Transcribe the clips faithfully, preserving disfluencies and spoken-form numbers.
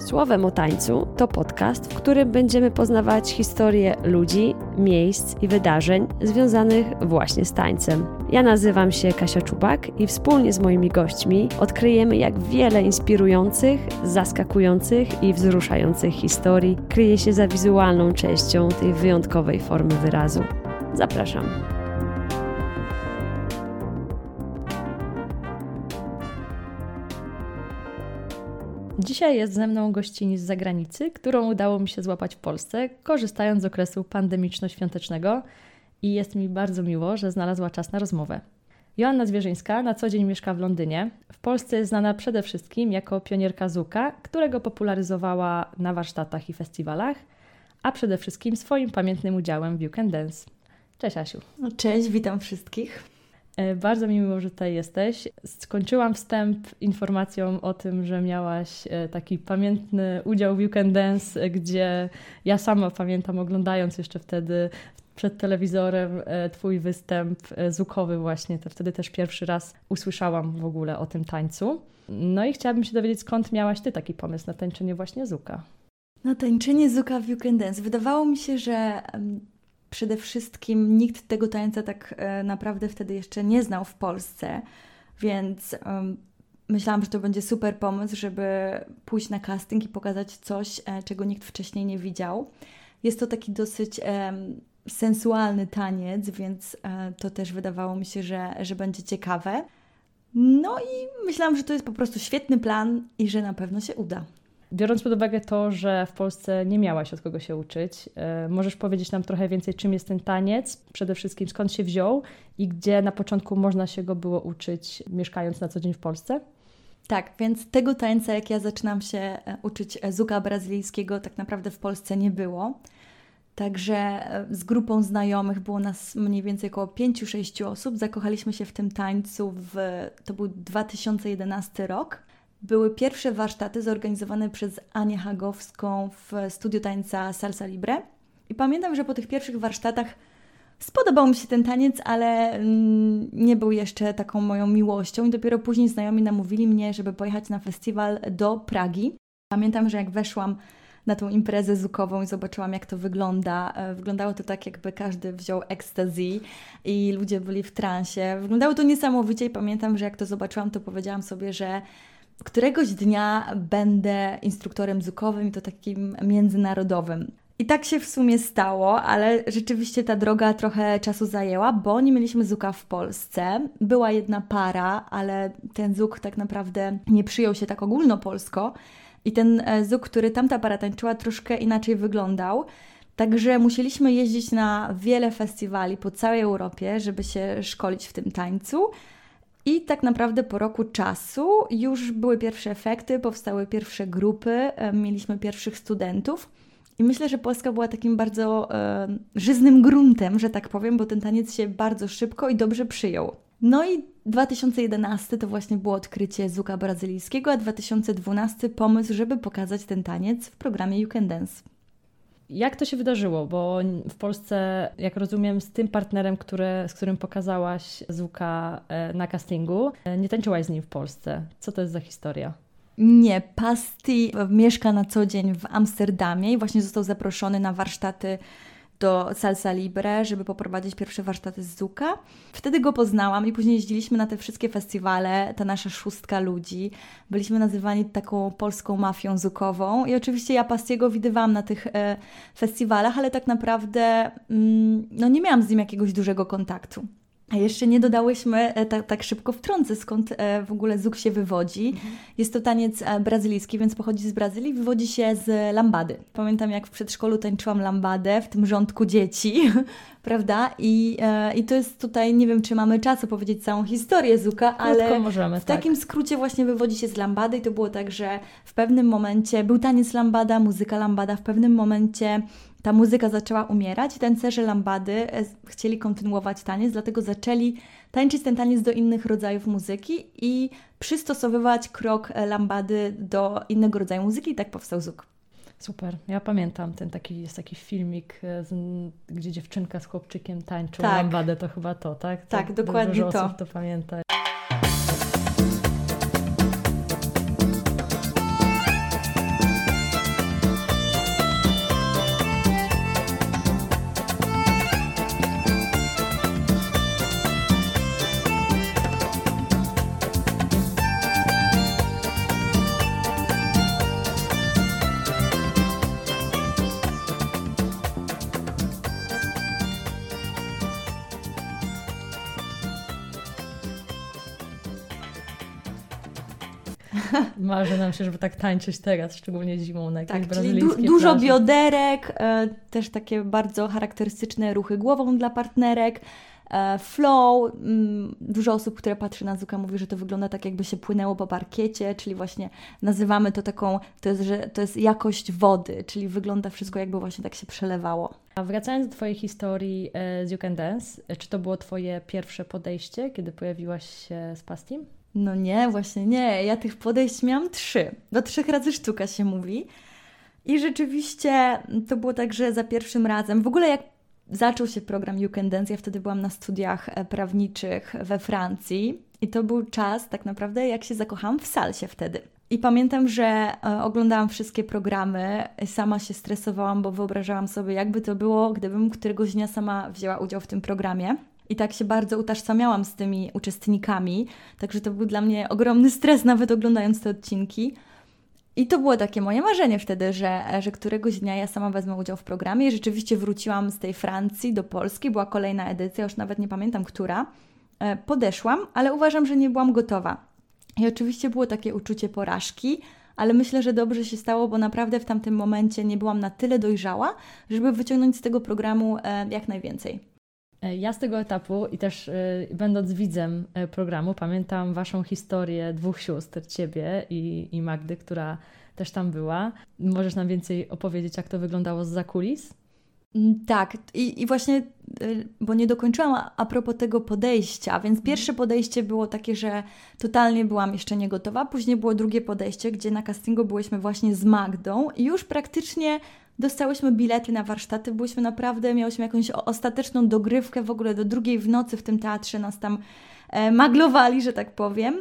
Słowem o tańcu to podcast, w którym będziemy poznawać historię ludzi, miejsc i wydarzeń związanych właśnie z tańcem. Ja nazywam się Kasia Czubak i wspólnie z moimi gośćmi odkryjemy, jak wiele inspirujących, zaskakujących i wzruszających historii kryje się za wizualną częścią tej wyjątkowej formy wyrazu. Zapraszam. Dzisiaj jest ze mną gościni z zagranicy, którą udało mi się złapać w Polsce, korzystając z okresu pandemiczno-świątecznego i jest mi bardzo miło, że znalazła czas na rozmowę. Joanna Zwierzyńska na co dzień mieszka w Londynie. W Polsce jest znana przede wszystkim jako pionierka Zuka, którego popularyzowała na warsztatach i festiwalach, a przede wszystkim swoim pamiętnym udziałem w You Can Dance. Cześć Asiu. Cześć, witam wszystkich. Bardzo mi miło, że tutaj jesteś. Skończyłam wstęp informacją o tym, że miałaś taki pamiętny udział w You Can Dance, gdzie ja sama pamiętam, oglądając jeszcze wtedy przed telewizorem twój występ zukowy właśnie. To wtedy też pierwszy raz usłyszałam w ogóle o tym tańcu. No i chciałabym się dowiedzieć, skąd miałaś ty taki pomysł na tańczenie właśnie zuka? No tańczenie zuka w You Can Dance. Wydawało mi się, że przede wszystkim nikt tego tańca tak e, naprawdę wtedy jeszcze nie znał w Polsce, więc um, myślałam, że to będzie super pomysł, żeby pójść na casting i pokazać coś, e, czego nikt wcześniej nie widział. Jest to taki dosyć e, sensualny taniec, więc e, to też wydawało mi się, że, że będzie ciekawe. No i myślałam, że to jest po prostu świetny plan i że na pewno się uda. Biorąc pod uwagę to, że w Polsce nie miałaś od kogo się uczyć, yy, możesz powiedzieć nam trochę więcej, czym jest ten taniec, przede wszystkim skąd się wziął i gdzie na początku można się go było uczyć, mieszkając na co dzień w Polsce? Tak, więc tego tańca, jak ja zaczynam się uczyć zuka brazylijskiego, tak naprawdę w Polsce nie było. Także z grupą znajomych, było nas mniej więcej około pięć sześć osób, zakochaliśmy się w tym tańcu, w, to był dwa tysiące jedenasty rok. Były pierwsze warsztaty zorganizowane przez Anię Hagowską w studiu tańca Salsa Libre. I pamiętam, że po tych pierwszych warsztatach spodobał mi się ten taniec, ale nie był jeszcze taką moją miłością. I dopiero później znajomi namówili mnie, żeby pojechać na festiwal do Pragi. Pamiętam, że jak weszłam na tą imprezę zukową i zobaczyłam, jak to wygląda. Wyglądało to tak, jakby każdy wziął ecstasy i ludzie byli w transie. Wyglądało to niesamowicie i pamiętam, że jak to zobaczyłam, to powiedziałam sobie, że któregoś dnia będę instruktorem zukowym i to takim międzynarodowym. I tak się w sumie stało, ale rzeczywiście ta droga trochę czasu zajęła, bo nie mieliśmy zuka w Polsce. Była jedna para, ale ten zuk tak naprawdę nie przyjął się tak ogólnopolsko i ten zuk, który tamta para tańczyła, troszkę inaczej wyglądał. Także musieliśmy jeździć na wiele festiwali po całej Europie, żeby się szkolić w tym tańcu. I tak naprawdę po roku czasu już były pierwsze efekty, powstały pierwsze grupy, mieliśmy pierwszych studentów i myślę, że Polska była takim bardzo e, żyznym gruntem, że tak powiem, bo ten taniec się bardzo szybko i dobrze przyjął. No i dwa tysiące jedenasty to właśnie było odkrycie zuka brazylijskiego, a dwa tysiące dwunasty pomysł, żeby pokazać ten taniec w programie You Can Dance. Jak to się wydarzyło? Bo w Polsce, jak rozumiem, z tym partnerem, który, z którym pokazałaś zuka na castingu, nie tańczyłaś z nim w Polsce. Co to jest za historia? Nie, Pasti mieszka na co dzień w Amsterdamie i właśnie został zaproszony na warsztaty do Salsa Libre, żeby poprowadzić pierwsze warsztaty z zuka. Wtedy go poznałam i później jeździliśmy na te wszystkie festiwale, ta nasza szóstka ludzi. Byliśmy nazywani taką polską mafią zukową i oczywiście ja Pastiego widywałam na tych e, festiwalach, ale tak naprawdę mm, no nie miałam z nim jakiegoś dużego kontaktu. A jeszcze nie dodałyśmy, tak, tak szybko wtrącę, skąd w ogóle zuk się wywodzi. Mhm. Jest to taniec brazylijski, więc pochodzi z Brazylii, wywodzi się z lambady. Pamiętam, jak w przedszkolu tańczyłam lambadę w tym rządku dzieci, prawda? I, I to jest tutaj, nie wiem, czy mamy czas opowiedzieć całą historię zuka, ale możemy, w takim tak. skrócie właśnie wywodzi się z lambady i to było tak, że w pewnym momencie był taniec lambada, muzyka lambada, w pewnym momencie ta muzyka zaczęła umierać i tancerze lambady chcieli kontynuować taniec, dlatego zaczęli tańczyć ten taniec do innych rodzajów muzyki i przystosowywać krok lambady do innego rodzaju muzyki i tak powstał zuk. Super. Ja pamiętam, ten taki, jest taki filmik, z, gdzie dziewczynka z chłopczykiem tańczą tak. lambadę, to chyba to, tak? To tak, dokładnie dużo to. osób to pamięta. Marzy nam się, żeby tak tańczyć teraz, szczególnie zimą na jakiejś tak, czyli brazylijskiej du- dużo plaży. bioderek, e, też takie bardzo charakterystyczne ruchy głową dla partnerek, e, flow. Mm, dużo osób, które patrzy na Zuka, mówi, że to wygląda tak, jakby się płynęło po parkiecie, czyli właśnie nazywamy to taką, to jest, że to jest jakość wody, czyli wygląda wszystko, jakby właśnie tak się przelewało. A wracając do Twojej historii e, z You Can Dance, e, czy to było Twoje pierwsze podejście, kiedy pojawiłaś się z Pastim? No nie, właśnie nie. Ja tych podejść miałam trzy. Do trzech razy sztuka się mówi. I rzeczywiście to było tak, że za pierwszym razem, w ogóle jak zaczął się program You Can Dance, ja wtedy byłam na studiach prawniczych we Francji i to był czas tak naprawdę, jak się zakochałam w salsie wtedy. I pamiętam, że e, oglądałam wszystkie programy, sama się stresowałam, bo wyobrażałam sobie, jakby to było, gdybym któregoś dnia sama wzięła udział w tym programie. I tak się bardzo utożsamiałam z tymi uczestnikami, także to był dla mnie ogromny stres, nawet oglądając te odcinki. I to było takie moje marzenie wtedy, że, że któregoś dnia ja sama wezmę udział w programie. I rzeczywiście wróciłam z tej Francji do Polski, była kolejna edycja, już nawet nie pamiętam, która. E, podeszłam, ale uważam, że nie byłam gotowa. I oczywiście było takie uczucie porażki, ale myślę, że dobrze się stało, bo naprawdę w tamtym momencie nie byłam na tyle dojrzała, żeby wyciągnąć z tego programu e, jak najwięcej. Ja z tego etapu i też y, będąc widzem y, programu, pamiętam Waszą historię dwóch sióstr, Ciebie i, i Magdy, która też tam była. Możesz nam więcej opowiedzieć, jak to wyglądało zza kulis? Tak, i, i właśnie, bo nie dokończyłam a, a propos tego podejścia, więc pierwsze podejście było takie, że totalnie byłam jeszcze nie gotowa, później było drugie podejście, gdzie na castingu byłyśmy właśnie z Magdą i już praktycznie dostałyśmy bilety na warsztaty, byłyśmy naprawdę, miałyśmy jakąś ostateczną dogrywkę, w ogóle do drugiej w nocy w tym teatrze nas tam e, maglowali, że tak powiem.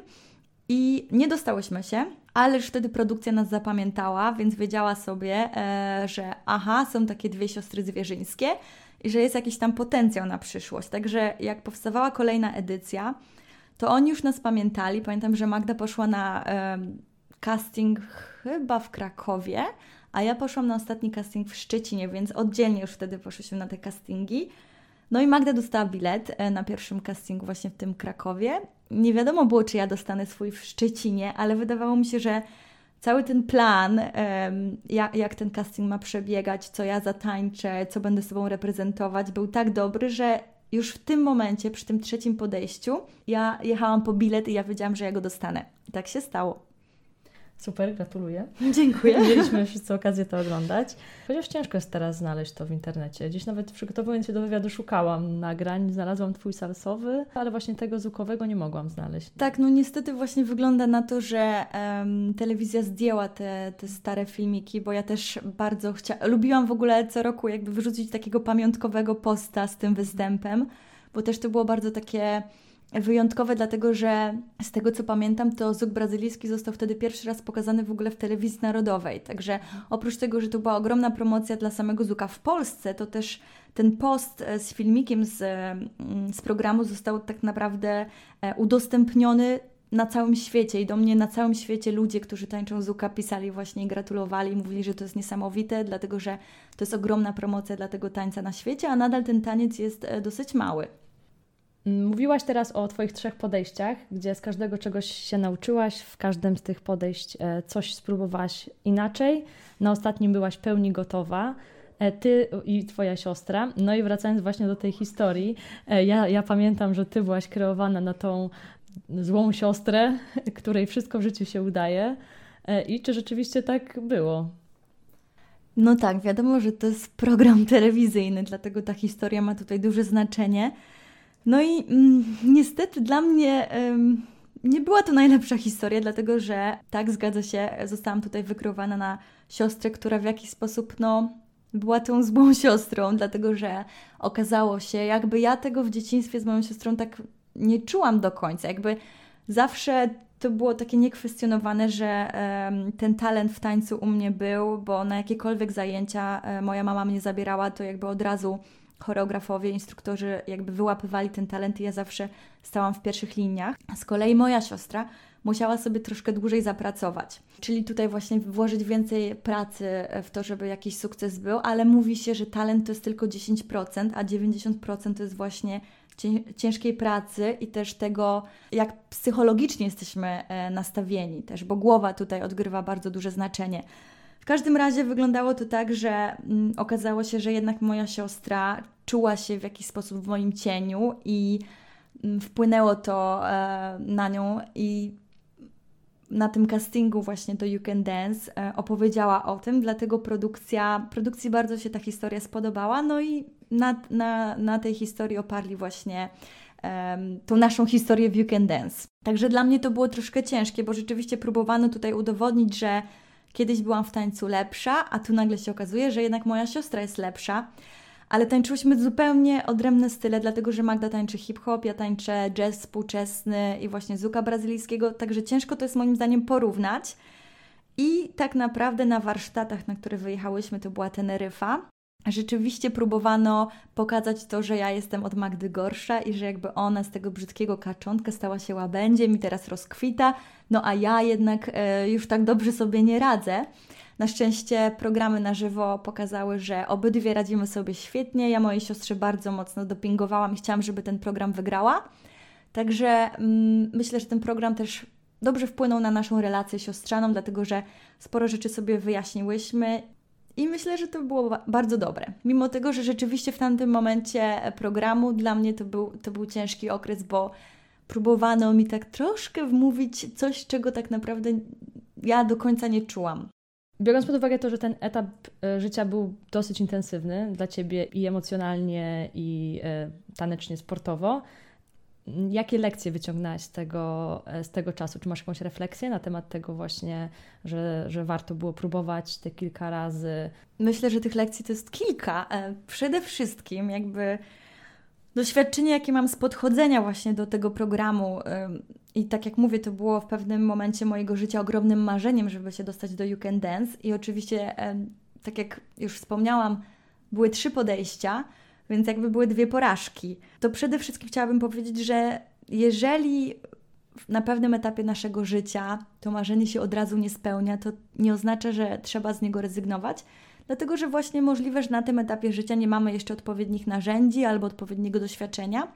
I nie dostałyśmy się, ale już wtedy produkcja nas zapamiętała, więc wiedziała sobie, e, że aha, są takie dwie siostry zwierzyńskie i że jest jakiś tam potencjał na przyszłość. Także jak powstawała kolejna edycja, to oni już nas pamiętali. Pamiętam, że Magda poszła na e, casting chyba w Krakowie, a ja poszłam na ostatni casting w Szczecinie, więc oddzielnie już wtedy poszłyśmy na te castingi. No i Magda dostała bilet na pierwszym castingu właśnie w tym Krakowie. Nie wiadomo było, czy ja dostanę swój w Szczecinie, ale wydawało mi się, że cały ten plan, jak, jak ten casting ma przebiegać, co ja zatańczę, co będę sobą reprezentować, był tak dobry, że już w tym momencie, przy tym trzecim podejściu, ja jechałam po bilet i ja wiedziałam, że ja go dostanę. I tak się stało. Super, gratuluję. Dziękuję. Mieliśmy wszyscy okazję to oglądać. Chociaż ciężko jest teraz znaleźć to w internecie. Dziś nawet przygotowując się do wywiadu szukałam nagrań, znalazłam Twój salsowy, ale właśnie tego zukowego nie mogłam znaleźć. Tak, no niestety właśnie wygląda na to, że um, telewizja zdjęła te, te stare filmiki, bo ja też bardzo chciałam, lubiłam w ogóle co roku jakby wyrzucić takiego pamiątkowego posta z tym występem, bo też to było bardzo takie wyjątkowe, dlatego że z tego co pamiętam, to Zuk brazylijski został wtedy pierwszy raz pokazany w ogóle w telewizji narodowej. Także oprócz tego, że to była ogromna promocja dla samego Zuka w Polsce, to też ten post z filmikiem z, z programu został tak naprawdę udostępniony na całym świecie i do mnie na całym świecie ludzie, którzy tańczą Zuka, pisali właśnie i gratulowali i mówili, że to jest niesamowite, dlatego że to jest ogromna promocja dla tego tańca na świecie, a nadal ten taniec jest dosyć mały. Mówiłaś teraz o Twoich trzech podejściach, gdzie z każdego czegoś się nauczyłaś, w każdym z tych podejść coś spróbowałaś inaczej. Na ostatnim byłaś pełni gotowa, Ty i Twoja siostra. No i wracając właśnie do tej historii, ja, ja pamiętam, że Ty byłaś kreowana na tą złą siostrę, której wszystko w życiu się udaje. I czy rzeczywiście tak było? No tak, wiadomo, że to jest program telewizyjny, dlatego ta historia ma tutaj duże znaczenie. No i mm, niestety dla mnie ym, nie była to najlepsza historia, dlatego że tak, zgadza się, zostałam tutaj wykreowana na siostrę, która w jakiś sposób, no, była tą złą siostrą, dlatego że okazało się, jakby ja tego w dzieciństwie z moją siostrą tak nie czułam do końca, jakby zawsze to było takie niekwestionowane, że um, ten talent w tańcu u mnie był, bo na jakiekolwiek zajęcia um, moja mama mnie zabierała, to jakby od razu choreografowie, instruktorzy jakby wyłapywali ten talent i ja zawsze stałam w pierwszych liniach. Z kolei moja siostra musiała sobie troszkę dłużej zapracować. Czyli tutaj właśnie włożyć więcej pracy w to, żeby jakiś sukces był, ale mówi się, że talent to jest tylko dziesięć procent, a dziewięćdziesiąt procent to jest właśnie ciężkiej pracy i też tego, jak psychologicznie jesteśmy nastawieni też, bo głowa tutaj odgrywa bardzo duże znaczenie. W każdym razie wyglądało to tak, że mm, okazało się, że jednak moja siostra czuła się w jakiś sposób w moim cieniu i mm, wpłynęło to e, na nią i na tym castingu właśnie do You Can Dance e, opowiedziała o tym, dlatego produkcja, produkcji bardzo się ta historia spodobała, no i na, na, na tej historii oparli właśnie e, tą naszą historię w You Can Dance. Także dla mnie to było troszkę ciężkie, bo rzeczywiście próbowano tutaj udowodnić, że kiedyś byłam w tańcu lepsza, a tu nagle się okazuje, że jednak moja siostra jest lepsza. Ale tańczyłyśmy zupełnie odrębne style, dlatego że Magda tańczy hip-hop, ja tańczę jazz współczesny i właśnie zuka brazylijskiego, także ciężko to jest moim zdaniem porównać. I tak naprawdę na warsztatach, na które wyjechałyśmy, to była Teneryfa, rzeczywiście próbowano pokazać to, że ja jestem od Magdy gorsza i że jakby ona z tego brzydkiego kaczątka stała się łabędziem i teraz rozkwita, no a ja jednak e, już tak dobrze sobie nie radzę. Na szczęście programy na żywo pokazały, że obydwie radzimy sobie świetnie. Ja mojej siostrze bardzo mocno dopingowałam i chciałam, żeby ten program wygrała. Także mm, myślę, że ten program też dobrze wpłynął na naszą relację siostrzaną, dlatego że sporo rzeczy sobie wyjaśniłyśmy i myślę, że to było bardzo dobre. Mimo tego, że rzeczywiście w tamtym momencie programu dla mnie to był, to był ciężki okres, bo próbowano mi tak troszkę wmówić coś, czego tak naprawdę ja do końca nie czułam. Biorąc pod uwagę to, że ten etap życia był dosyć intensywny dla Ciebie i emocjonalnie, i tanecznie, sportowo, jakie lekcje wyciągnęłaś z tego, z tego czasu? Czy masz jakąś refleksję na temat tego właśnie, że, że warto było próbować te kilka razy? Myślę, że tych lekcji to jest kilka. Przede wszystkim jakby doświadczenie, jakie mam z podchodzenia właśnie do tego programu i tak jak mówię, to było w pewnym momencie mojego życia ogromnym marzeniem, żeby się dostać do You Can Dance i oczywiście, tak jak już wspomniałam, były trzy podejścia, więc jakby były dwie porażki. To przede wszystkim chciałabym powiedzieć, że jeżeli na pewnym etapie naszego życia to marzenie się od razu nie spełnia, to nie oznacza, że trzeba z niego rezygnować, dlatego że właśnie możliwe, że na tym etapie życia nie mamy jeszcze odpowiednich narzędzi albo odpowiedniego doświadczenia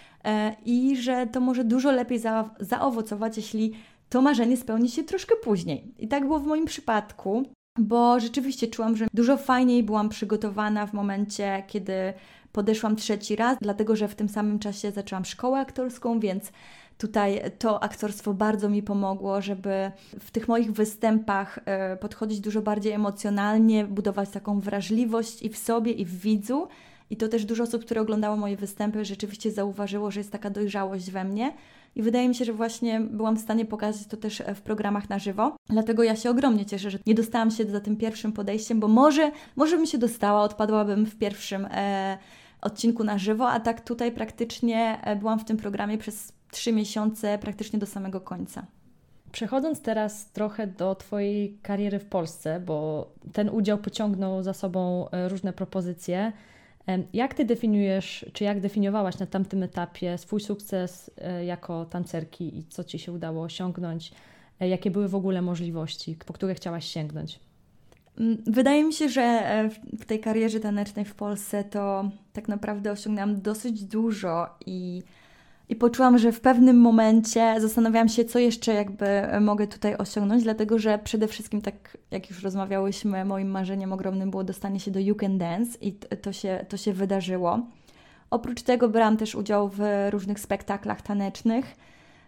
i że to może dużo lepiej za, zaowocować, jeśli to marzenie spełni się troszkę później. I tak było w moim przypadku, bo rzeczywiście czułam, że dużo fajniej byłam przygotowana w momencie, kiedy podeszłam trzeci raz, dlatego że w tym samym czasie zaczęłam szkołę aktorską, więc tutaj to aktorstwo bardzo mi pomogło, żeby w tych moich występach podchodzić dużo bardziej emocjonalnie, budować taką wrażliwość i w sobie, i w widzu. I to też dużo osób, które oglądało moje występy, rzeczywiście zauważyło, że jest taka dojrzałość we mnie. I wydaje mi się, że właśnie byłam w stanie pokazać to też w programach na żywo. Dlatego ja się ogromnie cieszę, że nie dostałam się za tym pierwszym podejściem, bo może, może bym się dostała, odpadłabym w pierwszym e, odcinku na żywo, a tak tutaj praktycznie byłam w tym programie przez trzy miesiące, praktycznie do samego końca. Przechodząc teraz trochę do Twojej kariery w Polsce, bo ten udział pociągnął za sobą różne propozycje. Jak Ty definiujesz, czy jak definiowałaś na tamtym etapie swój sukces jako tancerki i co Ci się udało osiągnąć? Jakie były w ogóle możliwości, po które chciałaś sięgnąć? Wydaje mi się, że w tej karierze tanecznej w Polsce to tak naprawdę osiągnęłam dosyć dużo i, i poczułam, że w pewnym momencie zastanawiałam się, co jeszcze jakby mogę tutaj osiągnąć, dlatego że przede wszystkim, tak jak już rozmawiałyśmy, moim marzeniem ogromnym było dostanie się do You Can Dance i to się, to się wydarzyło. Oprócz tego brałam też udział w różnych spektaklach tanecznych,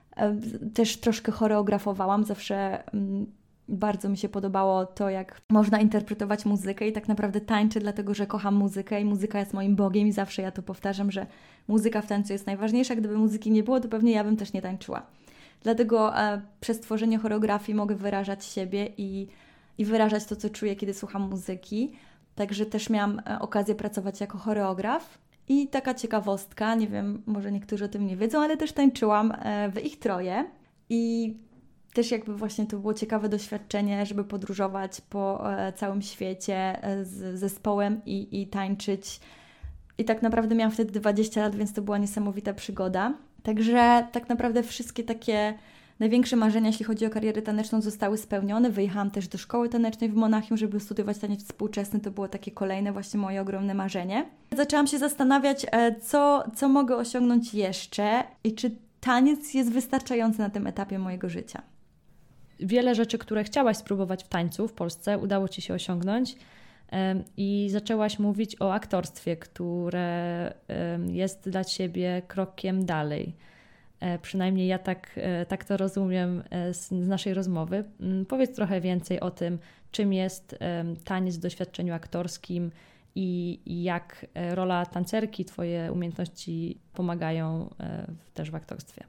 też troszkę choreografowałam, zawsze bardzo mi się podobało to, jak można interpretować muzykę i tak naprawdę tańczę, dlatego że kocham muzykę i muzyka jest moim Bogiem i zawsze ja to powtarzam, że muzyka w tańcu jest najważniejsza. Gdyby muzyki nie było, to pewnie ja bym też nie tańczyła. Dlatego e, przez tworzenie choreografii mogę wyrażać siebie i, i wyrażać to, co czuję, kiedy słucham muzyki. Także też miałam e, okazję pracować jako choreograf. I taka ciekawostka, nie wiem, może niektórzy o tym nie wiedzą, ale też tańczyłam e, w ich troje i też jakby właśnie to było ciekawe doświadczenie, żeby podróżować po e, całym świecie e, z zespołem i, i tańczyć. I tak naprawdę miałam wtedy dwadzieścia lat, więc to była niesamowita przygoda. Także tak naprawdę wszystkie takie największe marzenia, jeśli chodzi o karierę taneczną, zostały spełnione. Wyjechałam też do szkoły tanecznej w Monachium, żeby studiować taniec współczesny. To było takie kolejne właśnie moje ogromne marzenie. Zaczęłam się zastanawiać, co, co mogę osiągnąć jeszcze i czy taniec jest wystarczający na tym etapie mojego życia. Wiele rzeczy, które chciałaś spróbować w tańcu w Polsce, udało Ci się osiągnąć i zaczęłaś mówić o aktorstwie, które jest dla Ciebie krokiem dalej. Przynajmniej ja tak, tak to rozumiem z, z naszej rozmowy. Powiedz trochę więcej o tym, czym jest taniec w doświadczeniu aktorskim i jak rola tancerki, Twoje umiejętności pomagają też w aktorstwie.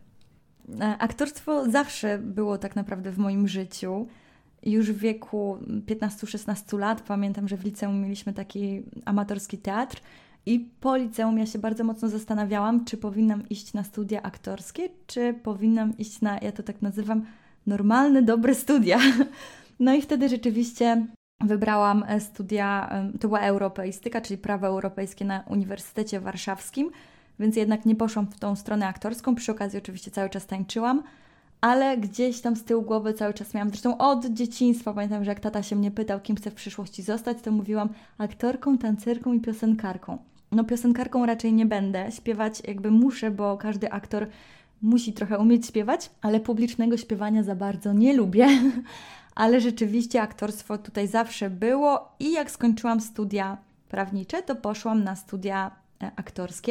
Aktorstwo zawsze było tak naprawdę w moim życiu. Już w wieku piętnastu szesnastu lat pamiętam, że w liceum mieliśmy taki amatorski teatr i po liceum ja się bardzo mocno zastanawiałam, czy powinnam iść na studia aktorskie, czy powinnam iść na, ja to tak nazywam, normalne, dobre studia. No i wtedy rzeczywiście wybrałam studia, to była europeistyka, czyli prawo europejskie na Uniwersytecie Warszawskim, więc jednak nie poszłam w tą stronę aktorską. Przy okazji oczywiście cały czas tańczyłam, ale gdzieś tam z tyłu głowy cały czas miałam, zresztą od dzieciństwa pamiętam, że jak tata się mnie pytał, kim chcę w przyszłości zostać, to mówiłam aktorką, tancerką i piosenkarką. No piosenkarką raczej nie będę, śpiewać jakby muszę, bo każdy aktor musi trochę umieć śpiewać, ale publicznego śpiewania za bardzo nie lubię. Ale rzeczywiście aktorstwo tutaj zawsze było i jak skończyłam studia prawnicze, to poszłam na studia aktorskie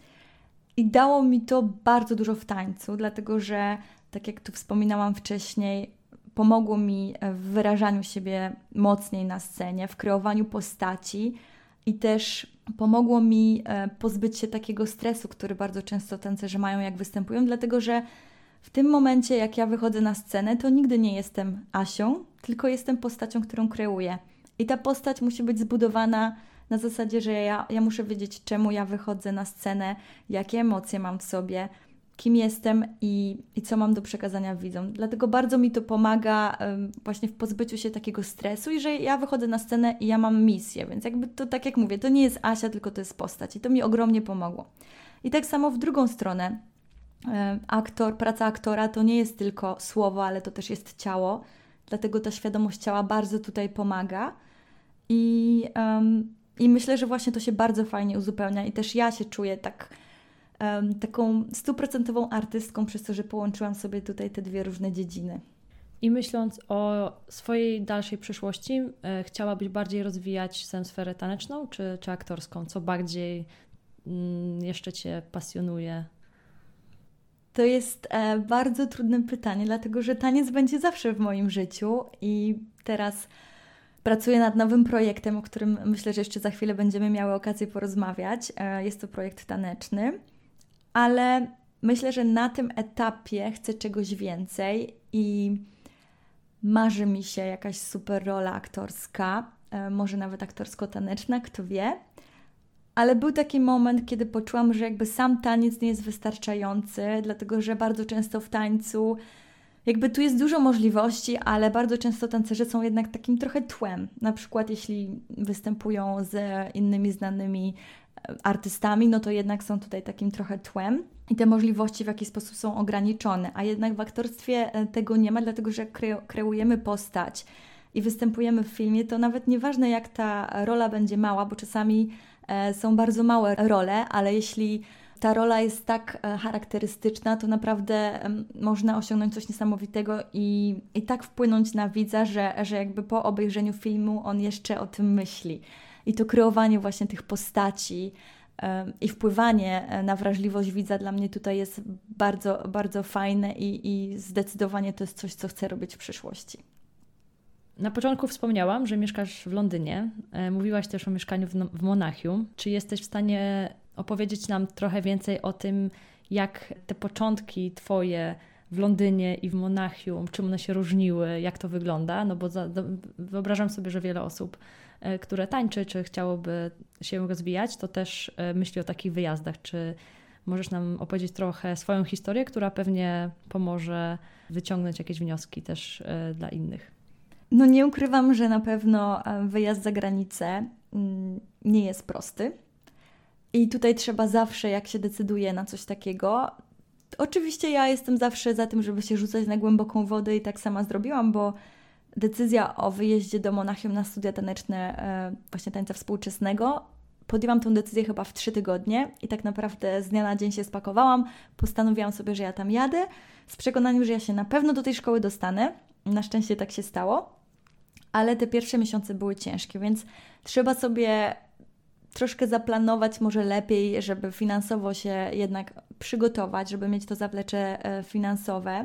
i dało mi to bardzo dużo w tańcu, dlatego że tak jak tu wspominałam wcześniej, pomogło mi w wyrażaniu siebie mocniej na scenie, w kreowaniu postaci i też pomogło mi pozbyć się takiego stresu, który bardzo często tancerze mają, jak występują, dlatego że w tym momencie, jak ja wychodzę na scenę, to nigdy nie jestem Asią, tylko jestem postacią, którą kreuję. I ta postać musi być zbudowana na zasadzie, że ja, ja muszę wiedzieć, czemu ja wychodzę na scenę, jakie emocje mam w sobie, kim jestem i, i co mam do przekazania widzom. Dlatego bardzo mi to pomaga um, właśnie w pozbyciu się takiego stresu i że ja wychodzę na scenę i ja mam misję, więc jakby to, tak jak mówię, to nie jest Asia, tylko to jest postać i to mi ogromnie pomogło. I tak samo w drugą stronę, um, aktor, praca aktora to nie jest tylko słowo, ale to też jest ciało, dlatego ta świadomość ciała bardzo tutaj pomaga i, um, i myślę, że właśnie to się bardzo fajnie uzupełnia i też ja się czuję tak Um, taką stuprocentową artystką przez to, że połączyłam sobie tutaj te dwie różne dziedziny. I myśląc o swojej dalszej przyszłości, e, chciałabyś bardziej rozwijać tę sferę taneczną czy, czy aktorską? Co bardziej mm, jeszcze Cię pasjonuje? To jest e, bardzo trudne pytanie, dlatego że taniec będzie zawsze w moim życiu i teraz pracuję nad nowym projektem, o którym myślę, że jeszcze za chwilę będziemy miały okazję porozmawiać. E, jest to projekt taneczny. Ale myślę, że na tym etapie chcę czegoś więcej i marzy mi się jakaś super rola aktorska, może nawet aktorsko-taneczna, kto wie. Ale był taki moment, kiedy poczułam, że jakby sam taniec nie jest wystarczający, dlatego że bardzo często w tańcu jakby tu jest dużo możliwości, ale bardzo często tancerze są jednak takim trochę tłem. Na przykład jeśli występują z innymi znanymi artystami, no to jednak są tutaj takim trochę tłem i te możliwości w jakiś sposób są ograniczone, a jednak w aktorstwie tego nie ma, dlatego że kre- kreujemy postać i występujemy w filmie, to nawet nieważne jak ta rola będzie mała, bo czasami e, są bardzo małe role, ale jeśli ta rola jest tak e, charakterystyczna, to naprawdę e, można osiągnąć coś niesamowitego i, i tak wpłynąć na widza, że, że jakby po obejrzeniu filmu on jeszcze o tym myśli. I to kreowanie właśnie tych postaci um, i wpływanie na wrażliwość widza dla mnie tutaj jest bardzo, bardzo fajne i, i zdecydowanie to jest coś, co chcę robić w przyszłości. Na początku wspomniałam, że mieszkasz w Londynie. Mówiłaś też o mieszkaniu w, w Monachium. Czy jesteś w stanie opowiedzieć nam trochę więcej o tym, jak te początki Twoje w Londynie i w Monachium, czym one się różniły, jak to wygląda? No bo za, wyobrażam sobie, że wiele osób, które tańczy, czy chciałoby się rozwijać, to też myśli o takich wyjazdach. Czy możesz nam opowiedzieć trochę swoją historię, która pewnie pomoże wyciągnąć jakieś wnioski też dla innych? No nie ukrywam, że na pewno wyjazd za granicę nie jest prosty. I tutaj trzeba zawsze, jak się decyduje na coś takiego, Oczywiście ja jestem zawsze za tym, żeby się rzucać na głęboką wodę i tak sama zrobiłam, bo decyzja o wyjeździe do Monachium na studia taneczne właśnie tańca współczesnego, podjęłam tę decyzję chyba w trzy tygodnie i tak naprawdę z dnia na dzień się spakowałam, postanowiłam sobie, że ja tam jadę z przekonaniem, że ja się na pewno do tej szkoły dostanę. Na szczęście tak się stało, ale te pierwsze miesiące były ciężkie, więc trzeba sobie troszkę zaplanować może lepiej, żeby finansowo się jednak przygotować, żeby mieć to zaplecze finansowe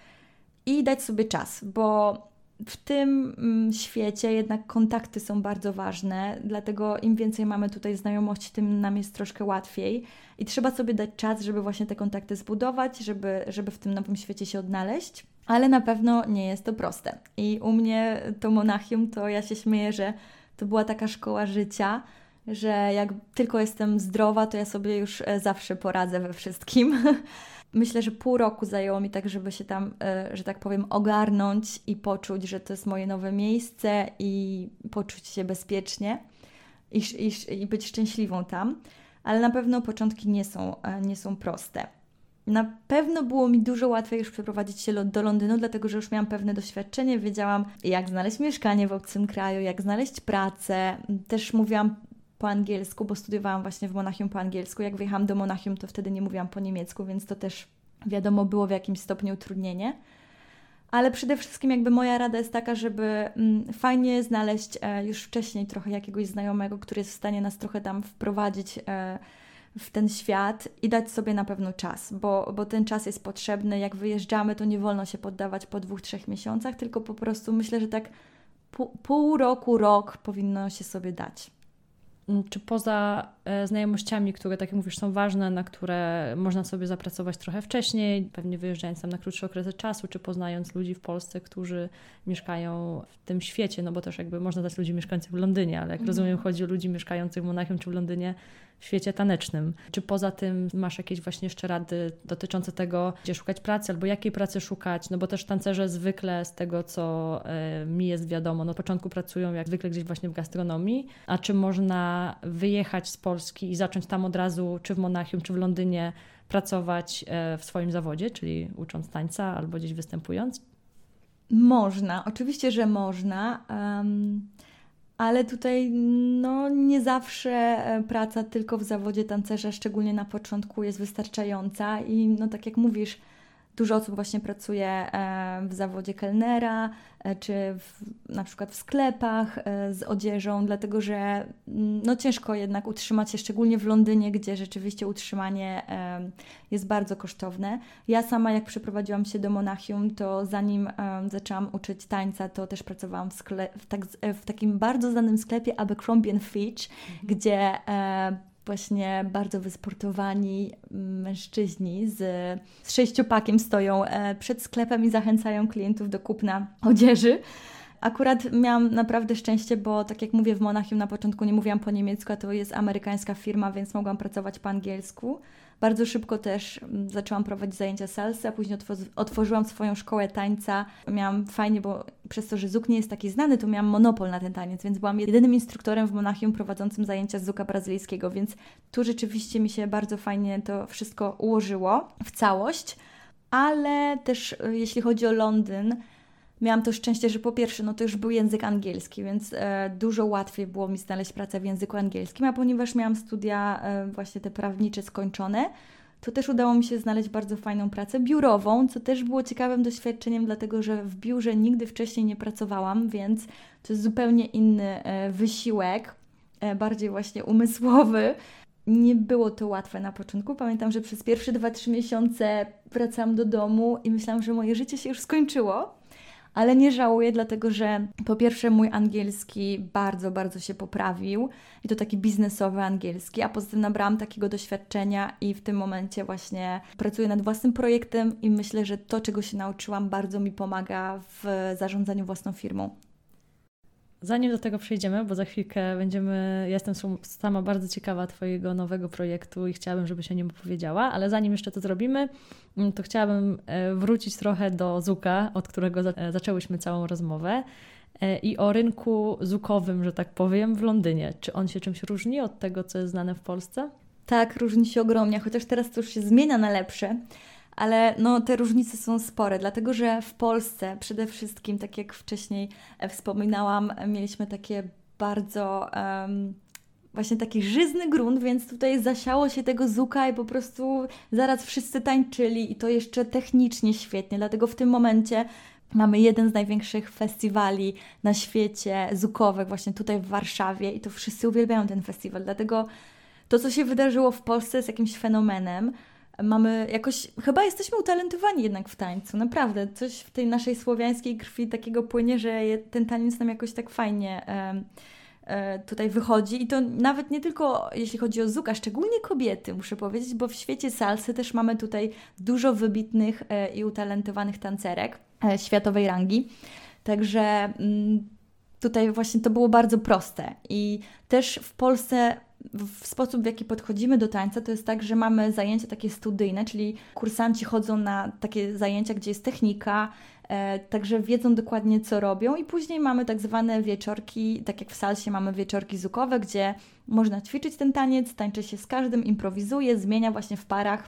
i dać sobie czas, bo w tym świecie jednak kontakty są bardzo ważne, dlatego im więcej mamy tutaj znajomości, tym nam jest troszkę łatwiej i trzeba sobie dać czas, żeby właśnie te kontakty zbudować, żeby, żeby w tym nowym świecie się odnaleźć, ale na pewno nie jest to proste. I u mnie to Monachium, to ja się śmieję, że to była taka szkoła życia, że jak tylko jestem zdrowa, to ja sobie już zawsze poradzę we wszystkim. Myślę, że pół roku zajęło mi tak, żeby się tam, że tak powiem, ogarnąć i poczuć, że to jest moje nowe miejsce i poczuć się bezpiecznie i, i, i być szczęśliwą tam. Ale na pewno początki nie są, nie są proste. Na pewno było mi dużo łatwiej już przeprowadzić się do Londynu, dlatego że już miałam pewne doświadczenie, wiedziałam, jak znaleźć mieszkanie w obcym kraju, jak znaleźć pracę. Też mówiłam po angielsku, bo studiowałam właśnie w Monachium po angielsku. Jak wyjechałam do Monachium, to wtedy nie mówiłam po niemiecku, więc to też wiadomo było w jakimś stopniu utrudnienie. Ale przede wszystkim jakby moja rada jest taka, żeby mm, fajnie znaleźć e, już wcześniej trochę jakiegoś znajomego, który jest w stanie nas trochę tam wprowadzić e, w ten świat i dać sobie na pewno czas, bo, bo ten czas jest potrzebny. Jak wyjeżdżamy, to nie wolno się poddawać po dwóch, trzech miesiącach, tylko po prostu myślę, że tak pół, pół roku, rok powinno się sobie dać. Czy poza e, znajomościami, które, tak jak mówisz, są ważne, na które można sobie zapracować trochę wcześniej, pewnie wyjeżdżając tam na krótsze okresy czasu, czy poznając ludzi w Polsce, którzy mieszkają w tym świecie, no bo też jakby można dać ludzi mieszkających w Londynie, ale jak mm. rozumiem, chodzi o ludzi mieszkających w Monachium czy w Londynie w świecie tanecznym. Czy poza tym masz jakieś właśnie jeszcze rady dotyczące tego, gdzie szukać pracy, albo jakiej pracy szukać? No bo też tancerze zwykle z tego, co y, mi jest wiadomo, no na początku pracują jak zwykle gdzieś właśnie w gastronomii, a czy można wyjechać z Polski i zacząć tam od razu, czy w Monachium, czy w Londynie pracować y, w swoim zawodzie, czyli ucząc tańca albo gdzieś występując? Można, oczywiście, że można. Um... Ale tutaj no, nie zawsze praca tylko w zawodzie tancerza, szczególnie na początku, jest wystarczająca i no, tak jak mówisz, dużo osób właśnie pracuje w zawodzie kelnera, czy w, na przykład w sklepach z odzieżą, dlatego że no, ciężko jednak utrzymać się, szczególnie w Londynie, gdzie rzeczywiście utrzymanie jest bardzo kosztowne. Ja sama jak przeprowadziłam się do Monachium, to zanim zaczęłam uczyć tańca, to też pracowałam w, skle- w, tak, w takim bardzo znanym sklepie Abercrombie and Fitch, mhm. gdzie właśnie bardzo wysportowani mężczyźni z, z sześciopakiem stoją przed sklepem i zachęcają klientów do kupna odzieży. Akurat miałam naprawdę szczęście, bo tak jak mówię, w Monachium na początku nie mówiłam po niemiecku, a to jest amerykańska firma, więc mogłam pracować po angielsku. Bardzo szybko też zaczęłam prowadzić zajęcia salsy, a później otw- otworzyłam swoją szkołę tańca. Miałam fajnie, bo przez to, że Zouk nie jest taki znany, to miałam monopol na ten taniec, więc byłam jedynym instruktorem w Monachium prowadzącym zajęcia z Zouka brazylijskiego, więc tu rzeczywiście mi się bardzo fajnie to wszystko ułożyło w całość. Ale też jeśli chodzi o Londyn, miałam to szczęście, że po pierwsze, no to już był język angielski, więc e, dużo łatwiej było mi znaleźć pracę w języku angielskim, a ponieważ miałam studia e, właśnie te prawnicze skończone, to też udało mi się znaleźć bardzo fajną pracę biurową, co też było ciekawym doświadczeniem, dlatego że w biurze nigdy wcześniej nie pracowałam, więc to jest zupełnie inny e, wysiłek, e, bardziej właśnie umysłowy. Nie było to łatwe na początku. Pamiętam, że przez pierwsze dwa trzy miesiące wracałam do domu i myślałam, że moje życie się już skończyło. Ale nie żałuję, dlatego że po pierwsze mój angielski bardzo, bardzo się poprawił i to taki biznesowy angielski, a poza tym nabrałam takiego doświadczenia i w tym momencie właśnie pracuję nad własnym projektem i myślę, że to, czego się nauczyłam, bardzo mi pomaga w zarządzaniu własną firmą. Zanim do tego przejdziemy, bo za chwilkę będziemy, ja jestem sama bardzo ciekawa Twojego nowego projektu i chciałabym, żebyś o nim opowiedziała, ale zanim jeszcze to zrobimy, to chciałabym wrócić trochę do Zouka, od którego zaczęłyśmy całą rozmowę i o rynku zoukowym, że tak powiem, w Londynie. Czy on się czymś różni od tego, co jest znane w Polsce? Tak, różni się ogromnie, chociaż teraz to już się zmienia na lepsze. ale no, te różnice są spore, dlatego że w Polsce przede wszystkim, tak jak wcześniej wspominałam, mieliśmy takie bardzo um, właśnie taki żyzny grunt, więc tutaj zasiało się tego zuka i po prostu zaraz wszyscy tańczyli i to jeszcze technicznie świetnie, dlatego w tym momencie mamy jeden z największych festiwali na świecie zukowych właśnie tutaj w Warszawie i to wszyscy uwielbiają ten festiwal, dlatego to, co się wydarzyło w Polsce jest jakimś fenomenem. Mamy jakoś, chyba jesteśmy utalentowani jednak w tańcu, naprawdę. Coś w tej naszej słowiańskiej krwi takiego płynie, że ten taniec nam jakoś tak fajnie e, e, tutaj wychodzi. I to nawet nie tylko jeśli chodzi o zuka, szczególnie kobiety, muszę powiedzieć, bo w świecie salsy też mamy tutaj dużo wybitnych e, i utalentowanych tancerek e, światowej rangi. Także mm, tutaj właśnie to było bardzo proste. I też w Polsce w sposób, w jaki podchodzimy do tańca, to jest tak, że mamy zajęcia takie studyjne, czyli kursanci chodzą na takie zajęcia, gdzie jest technika, e, także wiedzą dokładnie, co robią i później mamy tak zwane wieczorki, tak jak w salsie mamy wieczorki zukowe, gdzie można ćwiczyć ten taniec, tańczy się z każdym, improwizuje, zmienia właśnie w parach.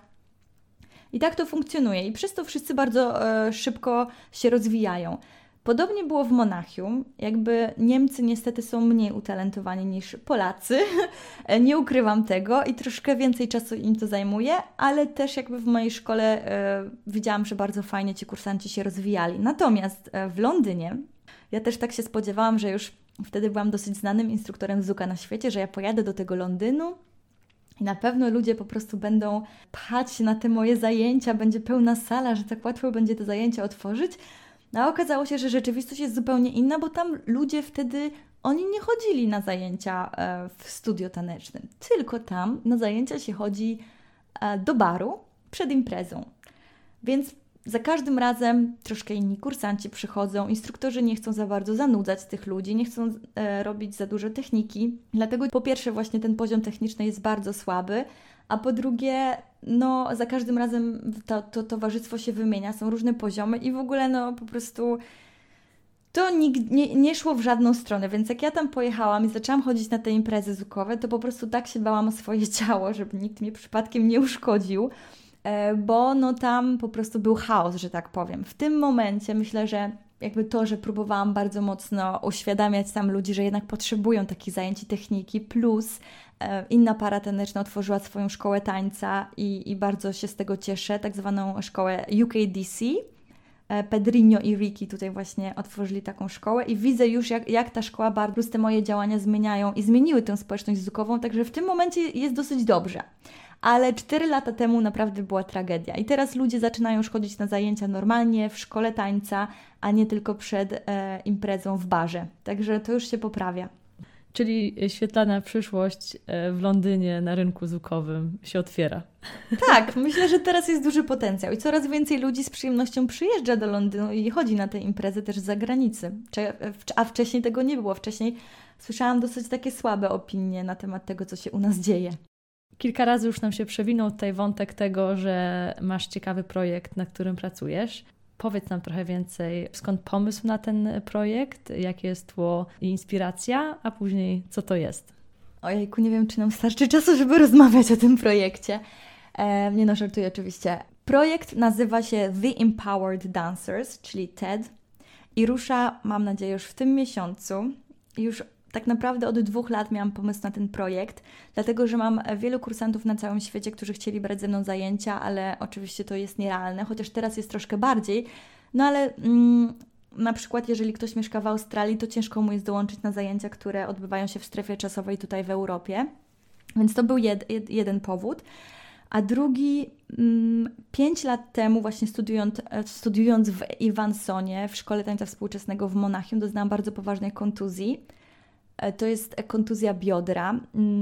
I tak to funkcjonuje i przez to wszyscy bardzo e, szybko się rozwijają. Podobnie było w Monachium, jakby Niemcy niestety są mniej utalentowani niż Polacy, nie ukrywam tego i troszkę więcej czasu im to zajmuje, ale też jakby w mojej szkole e, widziałam, że bardzo fajnie ci kursanci się rozwijali. Natomiast e, w Londynie, ja też tak się spodziewałam, że już wtedy byłam dosyć znanym instruktorem zuka na świecie, że ja pojadę do tego Londynu i na pewno ludzie po prostu będą pchać się na te moje zajęcia, będzie pełna sala, że tak łatwo będzie te zajęcia otworzyć. No a okazało się, że rzeczywistość jest zupełnie inna, bo tam ludzie wtedy, oni nie chodzili na zajęcia w studio tanecznym, tylko tam na zajęcia się chodzi do baru przed imprezą. Więc za każdym razem troszkę inni kursanci przychodzą, instruktorzy nie chcą za bardzo zanudzać tych ludzi, nie chcą e, robić za dużo techniki, dlatego po pierwsze właśnie ten poziom techniczny jest bardzo słaby, a po drugie no za każdym razem to, to towarzystwo się wymienia, są różne poziomy i w ogóle no po prostu to nikt, nie, nie szło w żadną stronę, więc jak ja tam pojechałam i zaczęłam chodzić na te imprezy zukowe, to po prostu tak się bałam o swoje ciało, żeby nikt mnie przypadkiem nie uszkodził, bo no tam po prostu był chaos, że tak powiem. W tym momencie myślę, że jakby to, że próbowałam bardzo mocno uświadamiać tam ludzi, że jednak potrzebują takich zajęć i techniki, plus e, inna para taneczna otworzyła swoją szkołę tańca i, i bardzo się z tego cieszę, tak zwaną szkołę U K D C. E, Pedrinho i Ricky tutaj właśnie otworzyli taką szkołę i widzę już, jak, jak ta szkoła bardzo, plus te moje działania zmieniają i zmieniły tę społeczność zukową, także w tym momencie jest dosyć dobrze. Ale cztery lata temu naprawdę była tragedia. I teraz ludzie zaczynają już chodzić na zajęcia normalnie, w szkole tańca, a nie tylko przed e, imprezą w barze. Także to już się poprawia. Czyli świetlana przyszłość w Londynie na rynku zukowym się otwiera. Tak, myślę, że teraz jest duży potencjał i coraz więcej ludzi z przyjemnością przyjeżdża do Londynu i chodzi na te imprezy też z zagranicy. A wcześniej tego nie było. Wcześniej słyszałam dosyć takie słabe opinie na temat tego, co się u nas dzieje. Kilka razy już nam się przewinął tutaj wątek tego, że masz ciekawy projekt, na którym pracujesz. Powiedz nam trochę więcej, skąd pomysł na ten projekt, jakie jest tło i inspiracja, a później co to jest? Ojejku, nie wiem, czy nam starczy czasu, żeby rozmawiać o tym projekcie. E, nie no, żartuję oczywiście. Projekt nazywa się The Empowered Dancers, czyli T E D i rusza, mam nadzieję, już w tym miesiącu. Już tak naprawdę od dwóch lat miałam pomysł na ten projekt, dlatego że mam wielu kursantów na całym świecie, którzy chcieli brać ze mną zajęcia, ale oczywiście to jest nierealne, chociaż teraz jest troszkę bardziej. No ale mm, na przykład jeżeli ktoś mieszka w Australii, to ciężko mu jest dołączyć na zajęcia, które odbywają się w strefie czasowej tutaj w Europie. Więc to był jed, jed, jeden powód. A drugi, mm, pięć lat temu właśnie studiując, studiując w Evansonie, w Szkole Tańca Współczesnego w Monachium, doznałam bardzo poważnej kontuzji. To jest kontuzja biodra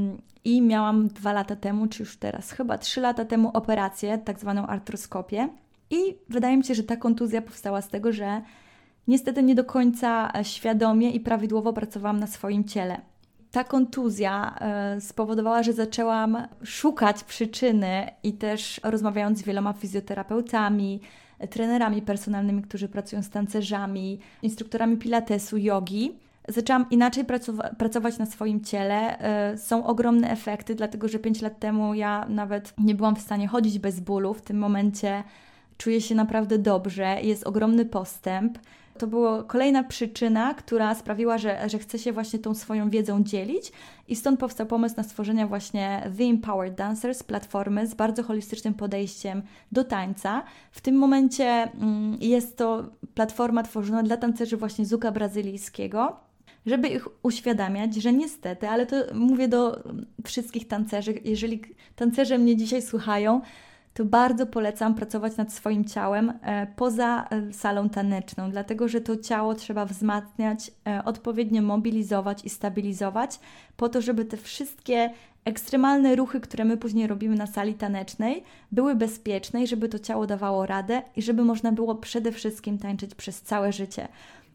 i miałam dwa lata temu, czy już teraz, chyba trzy lata temu operację, tak zwaną artroskopię i wydaje mi się, że ta kontuzja powstała z tego, że niestety nie do końca świadomie i prawidłowo pracowałam na swoim ciele. Ta kontuzja spowodowała, że zaczęłam szukać przyczyny i też rozmawiając z wieloma fizjoterapeutami, trenerami personalnymi, którzy pracują z tancerzami, instruktorami pilatesu, jogi, zaczęłam inaczej pracowa- pracować na swoim ciele. Yy, są ogromne efekty, dlatego że pięć lat temu ja nawet nie byłam w stanie chodzić bez bólu. W tym momencie czuję się naprawdę dobrze, jest ogromny postęp. To była kolejna przyczyna, która sprawiła, że, że chcę się właśnie tą swoją wiedzą dzielić i stąd powstał pomysł na stworzenie właśnie The Empowered Dancers, platformy z bardzo holistycznym podejściem do tańca. W tym momencie mm, jest to platforma tworzona dla tancerzy właśnie zuka brazylijskiego, żeby ich uświadamiać, że niestety, ale to mówię do wszystkich tancerzy, jeżeli tancerze mnie dzisiaj słuchają, to bardzo polecam pracować nad swoim ciałem e, poza e, salą taneczną, dlatego że to ciało trzeba wzmacniać, e, odpowiednio mobilizować i stabilizować po to, żeby te wszystkie ekstremalne ruchy, które my później robimy na sali tanecznej, były bezpieczne i żeby to ciało dawało radę i żeby można było przede wszystkim tańczyć przez całe życie.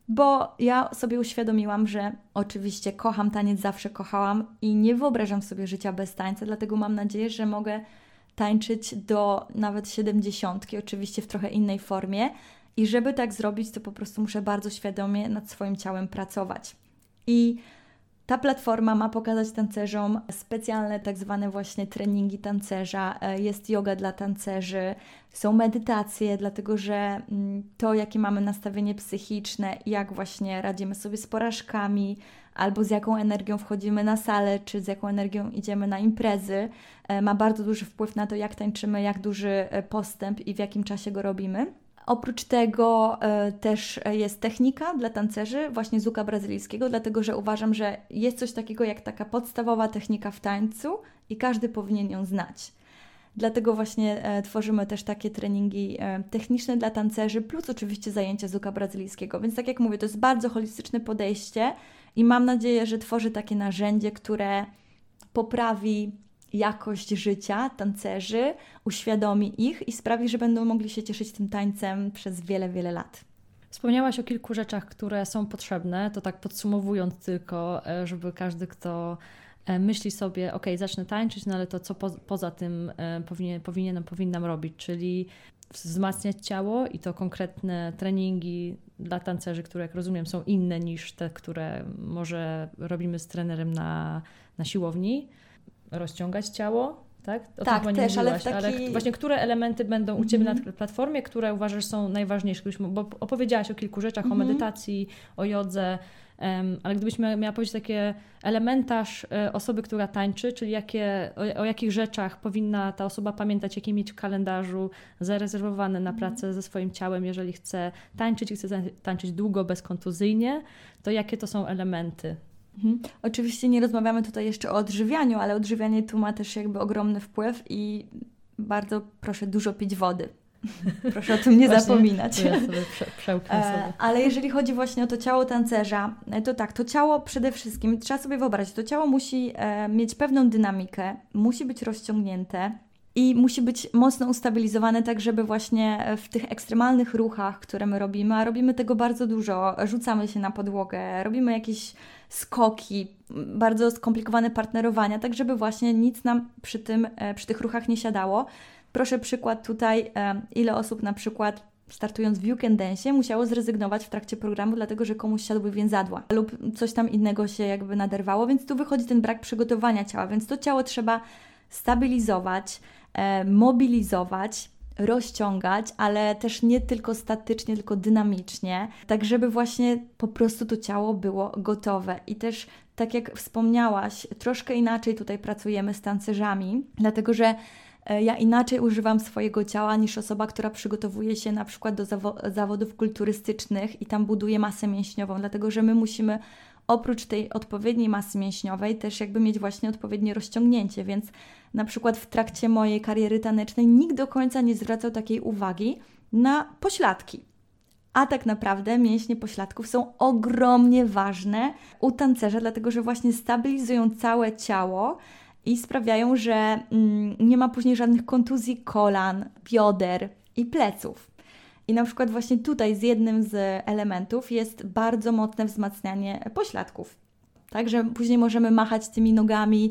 Bo ja sobie uświadomiłam, że oczywiście kocham taniec, zawsze kochałam i nie wyobrażam sobie życia bez tańca, dlatego mam nadzieję, że mogę tańczyć do nawet siedemdziesiątki, oczywiście w trochę innej formie i żeby tak zrobić, to po prostu muszę bardzo świadomie nad swoim ciałem pracować. I ta platforma ma pokazać tancerzom specjalne tak zwane właśnie treningi tancerza, jest yoga dla tancerzy, są medytacje, dlatego że to, jakie mamy nastawienie psychiczne, jak właśnie radzimy sobie z porażkami, albo z jaką energią wchodzimy na salę, czy z jaką energią idziemy na imprezy, ma bardzo duży wpływ na to, jak tańczymy, jak duży postęp i w jakim czasie go robimy. Oprócz tego e, też jest technika dla tancerzy, właśnie zuka brazylijskiego, dlatego że uważam, że jest coś takiego jak taka podstawowa technika w tańcu i każdy powinien ją znać. Dlatego właśnie e, tworzymy też takie treningi e, techniczne dla tancerzy, plus oczywiście zajęcia zuka brazylijskiego. Więc tak jak mówię, to jest bardzo holistyczne podejście i mam nadzieję, że tworzy takie narzędzie, które poprawi jakość życia tancerzy, uświadomi ich i sprawi, że będą mogli się cieszyć tym tańcem przez wiele, wiele lat. Wspomniałaś o kilku rzeczach, które są potrzebne, to tak podsumowując tylko, żeby każdy, kto myśli sobie, ok, zacznę tańczyć, no ale to co po, poza tym powinien, powinienem, powinnam robić, czyli wzmacniać ciało i to konkretne treningi dla tancerzy, które jak rozumiem są inne niż te, które może robimy z trenerem na, na siłowni. Rozciągać ciało, tak? O tak, tym też, ale, taki... ale właśnie które elementy będą u Ciebie mm-hmm. na platformie, które uważasz są najważniejsze? Bo opowiedziałaś o kilku rzeczach, mm-hmm. o medytacji, o jodze, um, ale gdybyś miała powiedzieć takie elementarz y, osoby, która tańczy, czyli jakie, o, o jakich rzeczach powinna ta osoba pamiętać, jakie mieć w kalendarzu zarezerwowane na pracę mm-hmm. ze swoim ciałem, jeżeli chce tańczyć i chce tańczyć długo, bezkontuzyjnie, to jakie to są elementy? Mhm. Oczywiście nie rozmawiamy tutaj jeszcze o odżywianiu, ale odżywianie tu ma też jakby ogromny wpływ i bardzo proszę dużo pić wody. Proszę o tym nie właśnie, zapominać. Ja sobie prze, przełknę sobie. Ale jeżeli chodzi właśnie o to ciało tancerza, to tak, to ciało przede wszystkim, trzeba sobie wyobrazić, to ciało musi e, mieć pewną dynamikę, musi być rozciągnięte i musi być mocno ustabilizowane tak, żeby właśnie w tych ekstremalnych ruchach, które my robimy, a robimy tego bardzo dużo, rzucamy się na podłogę, robimy jakieś skoki, bardzo skomplikowane partnerowania, tak żeby właśnie nic nam przy tym, przy tych ruchach nie siadało. Proszę przykład tutaj, ile osób na przykład startując w You Can Dance musiało zrezygnować w trakcie programu, dlatego że komuś siadły więzadła lub coś tam innego się jakby naderwało, więc tu wychodzi ten brak przygotowania ciała, więc to ciało trzeba stabilizować, mobilizować, rozciągać, ale też nie tylko statycznie, tylko dynamicznie, tak żeby właśnie po prostu to ciało było gotowe. I też, tak jak wspomniałaś, troszkę inaczej tutaj pracujemy z tancerzami, dlatego że ja inaczej używam swojego ciała niż osoba, która przygotowuje się na przykład do zawo- zawodów kulturystycznych i tam buduje masę mięśniową, dlatego że my musimy oprócz tej odpowiedniej masy mięśniowej też jakby mieć właśnie odpowiednie rozciągnięcie, więc na przykład w trakcie mojej kariery tanecznej nikt do końca nie zwracał takiej uwagi na pośladki. A tak naprawdę mięśnie pośladków są ogromnie ważne u tancerza, dlatego że właśnie stabilizują całe ciało i sprawiają, że mm, nie ma później żadnych kontuzji kolan, bioder i pleców. I na przykład właśnie tutaj z jednym z elementów jest bardzo mocne wzmacnianie pośladków. Także później możemy machać tymi nogami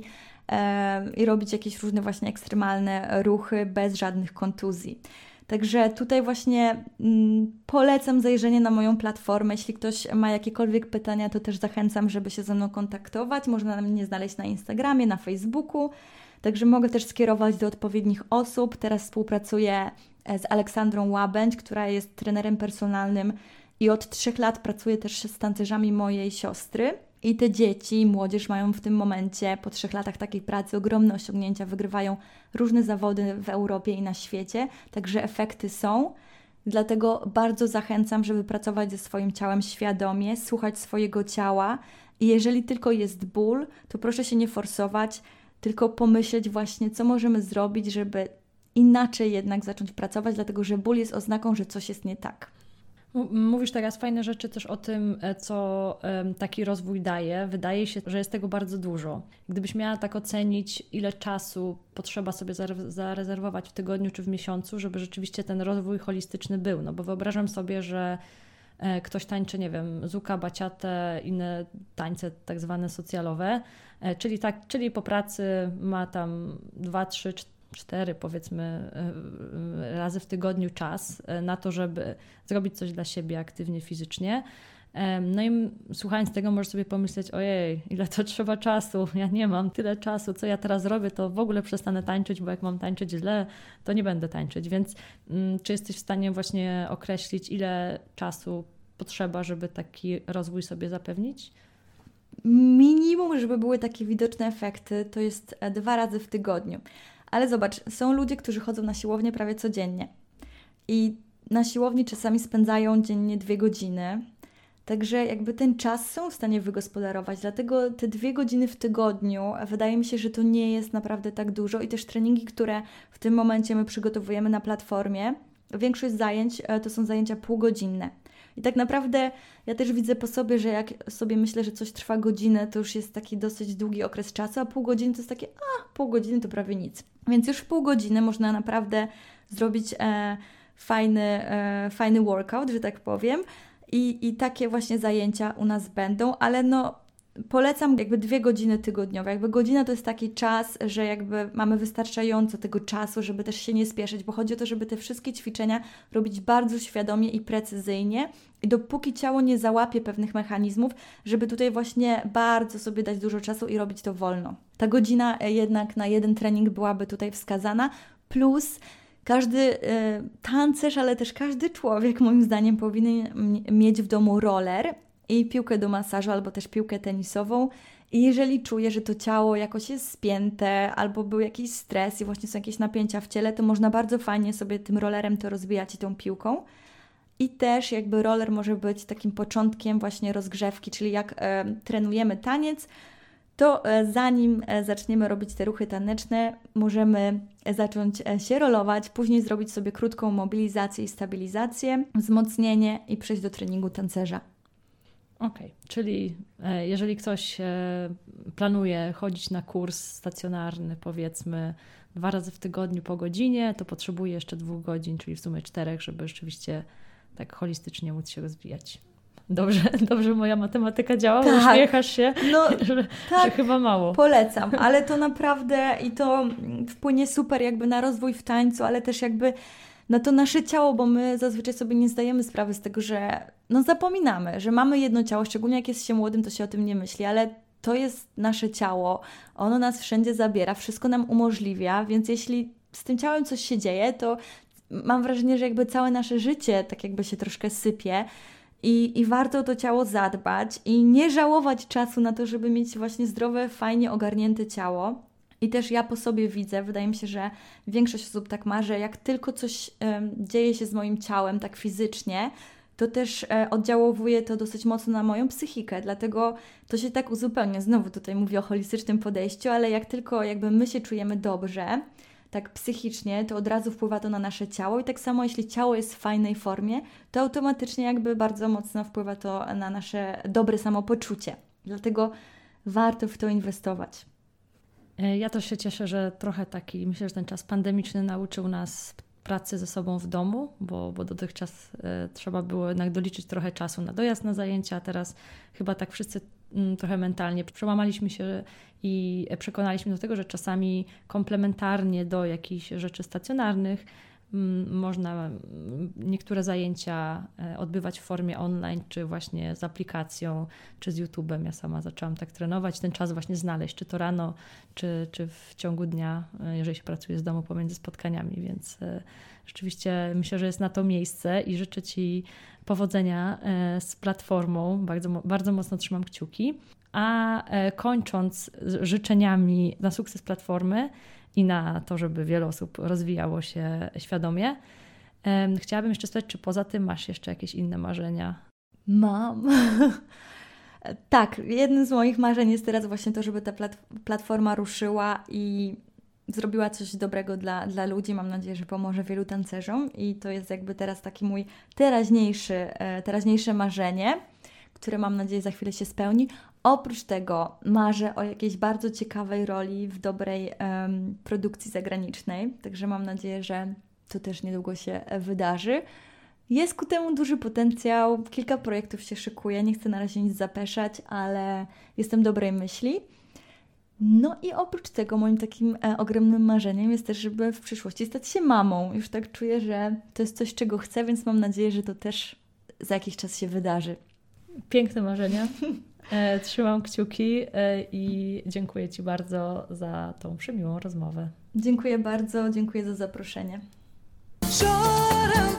e, i robić jakieś różne właśnie ekstremalne ruchy bez żadnych kontuzji. Także tutaj właśnie mm, polecam zajrzenie na moją platformę. Jeśli ktoś ma jakiekolwiek pytania, to też zachęcam, żeby się ze mną kontaktować. Można mnie znaleźć na Instagramie, na Facebooku. Także mogę też skierować do odpowiednich osób. Teraz współpracuję z Aleksandrą Łabędź, która jest trenerem personalnym i od trzech lat pracuje też z tancerzami mojej siostry. I te dzieci i młodzież mają w tym momencie, po trzech latach takiej pracy, ogromne osiągnięcia, wygrywają różne zawody w Europie i na świecie, także efekty są. Dlatego bardzo zachęcam, żeby pracować ze swoim ciałem świadomie, słuchać swojego ciała i jeżeli tylko jest ból, to proszę się nie forsować, tylko pomyśleć właśnie, co możemy zrobić, żeby inaczej jednak zacząć pracować, dlatego że ból jest oznaką, że coś jest nie tak. Mówisz teraz fajne rzeczy też o tym, co taki rozwój daje. Wydaje się, że jest tego bardzo dużo. Gdybyś miała tak ocenić, ile czasu potrzeba sobie zarezerwować w tygodniu czy w miesiącu, żeby rzeczywiście ten rozwój holistyczny był. No bo wyobrażam sobie, że ktoś tańczy, nie wiem, zuka, baciatę, inne tańce tak zwane socjalowe, czyli, tak, czyli po pracy ma tam dwa, trzy, cztery powiedzmy razy w tygodniu czas na to, żeby zrobić coś dla siebie aktywnie, fizycznie. No i słuchając tego możesz sobie pomyśleć, ojej, ile to trzeba czasu, ja nie mam tyle czasu, co ja teraz robię, to w ogóle przestanę tańczyć, bo jak mam tańczyć źle, to nie będę tańczyć. Więc czy jesteś w stanie właśnie określić, ile czasu potrzeba, żeby taki rozwój sobie zapewnić? Minimum, żeby były takie widoczne efekty, to jest dwa razy w tygodniu. Ale zobacz, są ludzie, którzy chodzą na siłownię prawie codziennie i na siłowni czasami spędzają dziennie dwie godziny, także jakby ten czas są w stanie wygospodarować, dlatego te dwie godziny w tygodniu wydaje mi się, że to nie jest naprawdę tak dużo i też treningi, które w tym momencie my przygotowujemy na platformie, większość zajęć to są zajęcia półgodzinne. I tak naprawdę ja też widzę po sobie, że jak sobie myślę, że coś trwa godzinę, to już jest taki dosyć długi okres czasu, a pół godziny to jest takie, a pół godziny to prawie nic. Więc już w pół godziny można naprawdę zrobić e, fajny, e, fajny workout, że tak powiem. I, I takie właśnie zajęcia u nas będą, ale no polecam jakby dwie godziny tygodniowe. Jakby godzina to jest taki czas, że jakby mamy wystarczająco tego czasu, żeby też się nie spieszyć, bo chodzi o to, żeby te wszystkie ćwiczenia robić bardzo świadomie i precyzyjnie i dopóki ciało nie załapie pewnych mechanizmów, żeby tutaj właśnie bardzo sobie dać dużo czasu i robić to wolno. Ta godzina jednak na jeden trening byłaby tutaj wskazana, plus każdy y, tancerz, ale też każdy człowiek moim zdaniem powinien mieć w domu roller i piłkę do masażu albo też piłkę tenisową i jeżeli czuje, że to ciało jakoś jest spięte albo był jakiś stres i właśnie są jakieś napięcia w ciele, to można bardzo fajnie sobie tym rollerem to rozwijać i tą piłką. I też jakby roller może być takim początkiem właśnie rozgrzewki, czyli jak e, trenujemy taniec, to e, zanim e, zaczniemy robić te ruchy taneczne, możemy zacząć e, się rolować, później zrobić sobie krótką mobilizację i stabilizację, wzmocnienie i przejść do treningu tancerza. Okej, okay. Czyli e, jeżeli ktoś e, planuje chodzić na kurs stacjonarny, powiedzmy dwa razy w tygodniu po godzinie, to potrzebuje jeszcze dwóch godzin, czyli w sumie czterech, żeby rzeczywiście tak holistycznie móc się rozwijać. Dobrze, dobrze moja matematyka działa? Tak. Uśmiechasz się, no, że, tak, że chyba mało. Polecam, ale to naprawdę i to wpłynie super jakby na rozwój w tańcu, ale też jakby na to nasze ciało, bo my zazwyczaj sobie nie zdajemy sprawy z tego, że no zapominamy, że mamy jedno ciało, szczególnie jak jest się młodym, to się o tym nie myśli, ale to jest nasze ciało, ono nas wszędzie zabiera, wszystko nam umożliwia, więc jeśli z tym ciałem coś się dzieje, to mam wrażenie, że jakby całe nasze życie tak jakby się troszkę sypie i, i warto o to ciało zadbać i nie żałować czasu na to, żeby mieć właśnie zdrowe, fajnie ogarnięte ciało. I też ja po sobie widzę, wydaje mi się, że większość osób tak ma, że jak tylko coś um, dzieje się z moim ciałem tak fizycznie, to też e, oddziałowuje to dosyć mocno na moją psychikę, dlatego to się tak uzupełnia. Znowu tutaj mówię o holistycznym podejściu, ale jak tylko jakby my się czujemy dobrze, tak psychicznie, to od razu wpływa to na nasze ciało i tak samo jeśli ciało jest w fajnej formie, to automatycznie jakby bardzo mocno wpływa to na nasze dobre samopoczucie. Dlatego warto w to inwestować. Ja też się cieszę, że trochę taki, myślę, że ten czas pandemiczny nauczył nas pracy ze sobą w domu, bo, bo dotychczas e, trzeba było jednak doliczyć trochę czasu na dojazd na zajęcia, a teraz chyba tak wszyscy m, trochę mentalnie przełamaliśmy się i przekonaliśmy do tego, że czasami komplementarnie do jakichś rzeczy stacjonarnych Można niektóre zajęcia odbywać w formie online, czy właśnie z aplikacją, czy z YouTube'em. Ja sama zaczęłam tak trenować, ten czas właśnie znaleźć, czy to rano, czy, czy w ciągu dnia, jeżeli się pracuje z domu pomiędzy spotkaniami, więc rzeczywiście myślę, że jest na to miejsce i życzę Ci powodzenia z platformą. Bardzo, bardzo mocno trzymam kciuki. A kończąc życzeniami na sukces platformy i na to, żeby wiele osób rozwijało się świadomie, chciałabym jeszcze spytać, czy poza tym masz jeszcze jakieś inne marzenia? Mam. Tak, jednym z moich marzeń jest teraz właśnie to, żeby ta plat- platforma ruszyła i zrobiła coś dobrego dla, dla ludzi. Mam nadzieję, że pomoże wielu tancerzom i to jest jakby teraz taki mój teraźniejszy, teraźniejsze marzenie, które mam nadzieję za chwilę się spełni. Oprócz tego marzę o jakiejś bardzo ciekawej roli w dobrej um, produkcji zagranicznej, także mam nadzieję, że to też niedługo się wydarzy. Jest ku temu duży potencjał, kilka projektów się szykuje, nie chcę na razie nic zapeszać, ale jestem dobrej myśli. No i oprócz tego moim takim e, ogromnym marzeniem jest też, żeby w przyszłości stać się mamą. Już tak czuję, że to jest coś, czego chcę, więc mam nadzieję, że to też za jakiś czas się wydarzy. Piękne marzenia. E, trzymam kciuki e, i dziękuję Ci bardzo za tą przemiłą rozmowę. Dziękuję bardzo, dziękuję za zaproszenie.